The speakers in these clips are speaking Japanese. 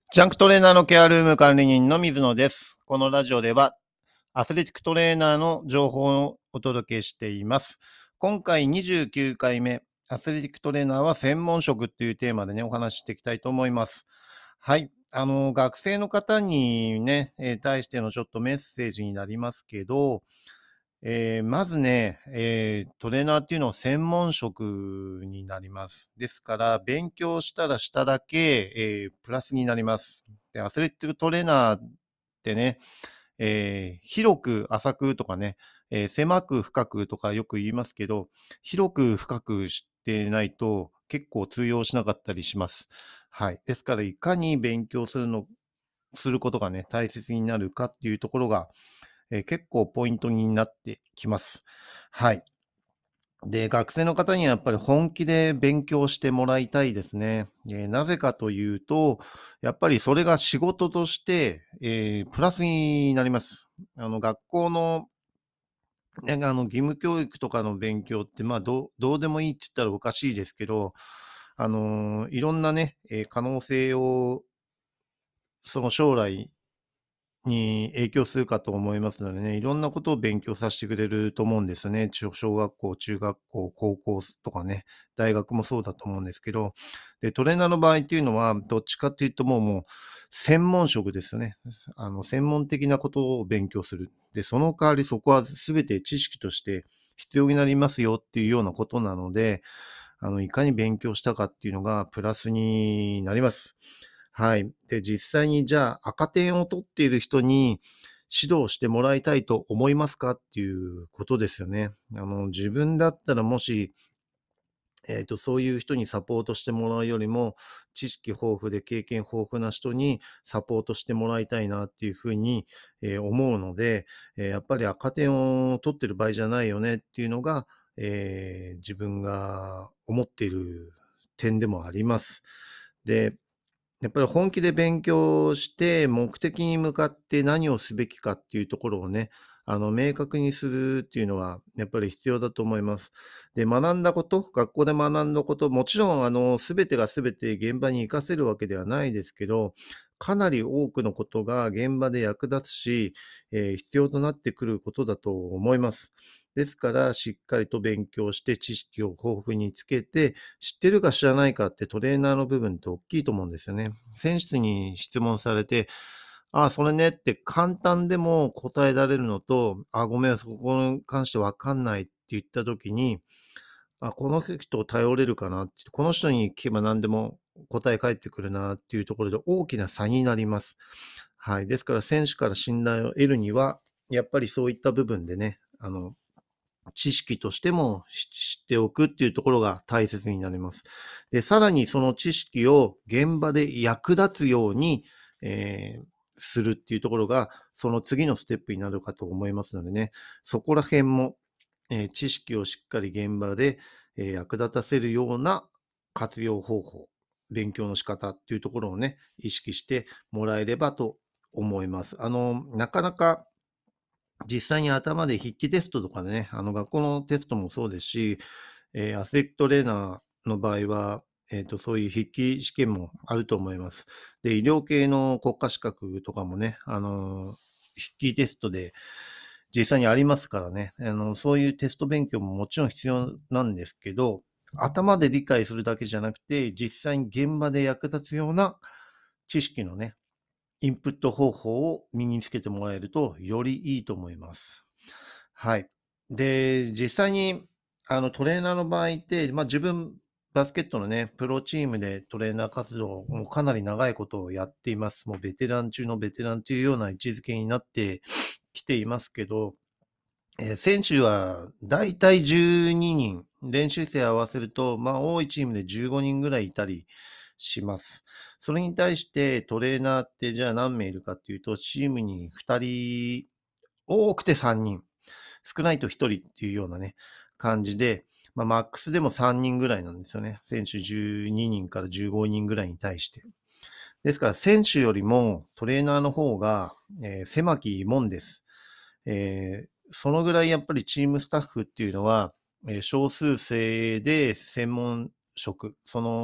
ジャンクトレーナーのケアルーム管理人の水野です。このラジオではアスレティックトレーナーの情報をお届けしています。今回29回目、アスレティックトレーナーは専門職っていうテーマでね、お話ししていきたいと思います。はい。学生の方にね、対してのちょっとメッセージになりますけど、まずね、トレーナーっていうのは専門職になります。ですから、勉強したらしただけ、プラスになります。で、アスレティックトレーナーってね、広く浅くとかね、狭く深くとかよく言いますけど、広く深く知ってないと結構通用しなかったりします。はい。ですから、いかに勉強することがね、大切になるかっていうところが、結構ポイントになってきます。はい。で、学生の方にはやっぱり本気で勉強してもらいたいですね。なぜかというと、やっぱりそれが仕事として、プラスになります。学校の、ね、義務教育とかの勉強って、まあ、どうでもいいって言ったらおかしいですけど、いろんなね、可能性を、その将来に影響するかと思いますのでね、いろんなことを勉強させてくれると思うんですよね。小学校、中学校、高校とかね、大学もそうだと思うんですけど、で、トレーナーの場合っていうのは、どっちかっていうともう専門職ですよね。専門的なことを勉強する。で、その代わりそこは全て知識として必要になりますよっていうようなことなので、いかに勉強したかっていうのがプラスになります。はい。で、実際にじゃあ赤点を取っている人に指導してもらいたいと思いますかっていうことですよね。自分だったらもし、そういう人にサポートしてもらうよりも、知識豊富で経験豊富な人にサポートしてもらいたいなっていうふうに、思うので、やっぱり赤点を取ってる場合じゃないよねっていうのが、自分が思っている点でもあります。で、やっぱり本気で勉強して、目的に向かって何をすべきかっていうところをね、明確にするっていうのは、やっぱり必要だと思います。で、学んだこと、学校で学んだこと、もちろん、すべてがすべて現場に活かせるわけではないですけど、かなり多くのことが現場で役立つし、必要となってくることだと思います。ですから、しっかりと勉強して知識を豊富につけて、知ってるか知らないかってトレーナーの部分って大きいと思うんですよね。選手に質問されて、ああ、それねって簡単でも答えられるのと、あ、ごめん、そこに関してわかんないって言ったときに、あ、この人を頼れるかなって、この人に聞けば何でも答え返ってくるなっていうところで大きな差になります。はい。ですから選手から信頼を得るには、やっぱりそういった部分でね、知識としても知っておくっていうところが大切になります。で、さらにその知識を現場で役立つように、するっていうところが、その次のステップになるかと思いますのでね、そこら辺も、知識をしっかり現場で、役立たせるような活用方法、勉強の仕方っていうところをね、意識してもらえればと思います。なかなか実際に頭で筆記テストとかね、学校のテストもそうですし、アスレチックトレーナーの場合は、そういう筆記試験もあると思います。で、医療系の国家資格とかもね、筆記テストで実際にありますからね、そういうテスト勉強ももちろん必要なんですけど、頭で理解するだけじゃなくて、実際に現場で役立つような知識のね、インプット方法を身につけてもらえるとよりいいと思います。はい。で、実際にトレーナーの場合って、自分、バスケットのね、プロチームでトレーナー活動もかなり長いことをやっています。もうベテラン中のベテランというような位置づけになってきていますけど、選手はだいたい12人、練習生合わせると、多いチームで15人ぐらいいたりします。それに対してトレーナーってじゃあ何名いるかっていうと、チームに2人、多くて3人、少ないと1人っていうようなね、感じで、マックスでも3人ぐらいなんですよね。選手12人から15人ぐらいに対して。ですから選手よりもトレーナーの方が、狭き門です。そのぐらいやっぱりチームスタッフっていうのは、少数制で専門職、その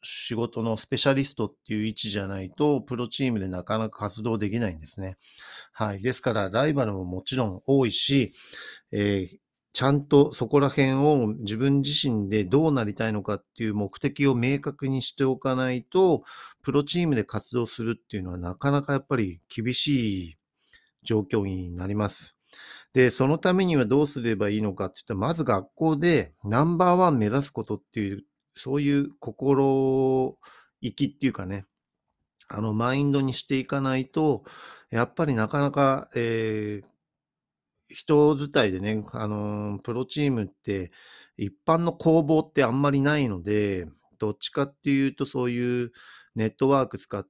仕事のスペシャリストっていう位置じゃないと、プロチームでなかなか活動できないんですね。はい。ですから、ライバルももちろん多いし、ちゃんとそこら辺を自分自身でどうなりたいのかっていう目的を明確にしておかないと、プロチームで活動するっていうのはなかなかやっぱり厳しい状況になります。で、そのためにはどうすればいいのかって言ったら、まず学校でナンバーワン目指すことっていう、そういう心意気っていうかね、マインドにしていかないと、やっぱりなかなか、人伝いでね、プロチームって一般の公募ってあんまりないので、どっちかっていうとそういうネットワーク使って、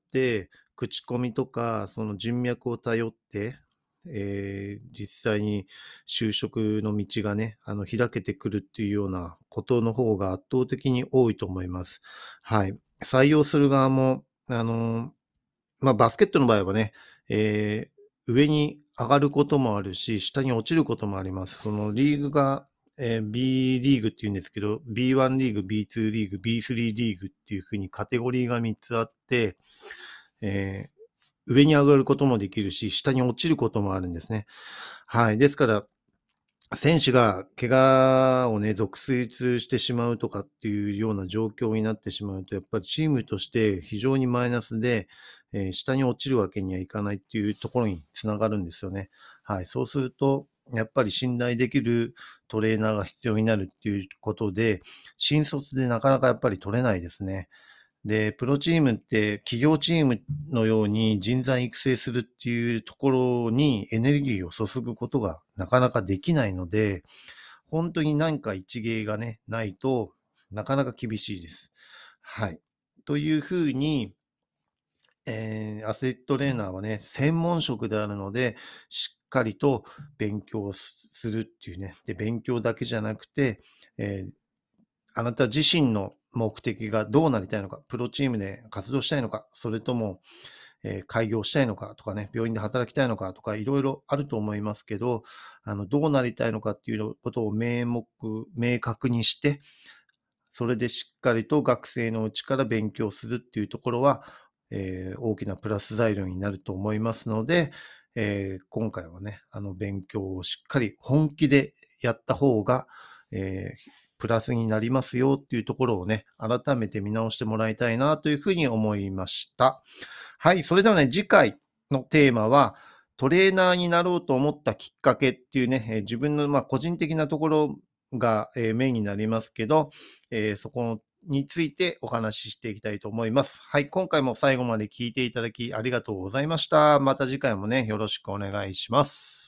口コミとか、その人脈を頼って、実際に就職の道がね、開けてくるっていうようなことの方が圧倒的に多いと思います。はい。採用する側も、バスケットの場合はね、上に上がることもあるし、下に落ちることもあります。そのリーグが、B リーグって言うんですけど、B1 リーグ、B2 リーグ、B3 リーグっていうふうにカテゴリーが3つあって、え上に上がることもできるし、下に落ちることもあるんですね。はい。ですから、選手が怪我をね、続出してしまうとかっていうような状況になってしまうと、やっぱりチームとして非常にマイナスで、下に落ちるわけにはいかないっていうところにつながるんですよね。はい。そうすると、やっぱり信頼できるトレーナーが必要になるっていうことで、新卒でなかなかやっぱり取れないですね。で、プロチームって企業チームのように人材育成するっていうところにエネルギーを注ぐことがなかなかできないので、本当に何か一芸がね、ないとなかなか厳しいです。はい。というふうに、アスレットトレーナーはね、専門職であるので、しっかりと勉強するっていうね。で、勉強だけじゃなくて、えーあなた自身の目的がどうなりたいのか、プロチームで活動したいのか、それとも、開業したいのかとかね、病院で働きたいのかとか、いろいろあると思いますけど、どうなりたいのかっていうことを明確にして、それでしっかりと学生のうちから勉強するっていうところは、大きなプラス材料になると思いますので、今回はね、勉強をしっかり本気でやった方が、プラスになりますよっていうところをね、改めて見直してもらいたいなというふうに思いました。はい、それではね、次回のテーマは、トレーナーになろうと思ったきっかけっていうね、自分の個人的なところが、メインになりますけど、そこについてお話ししていきたいと思います。はい、今回も最後まで聞いていただきありがとうございました。また次回もね、よろしくお願いします。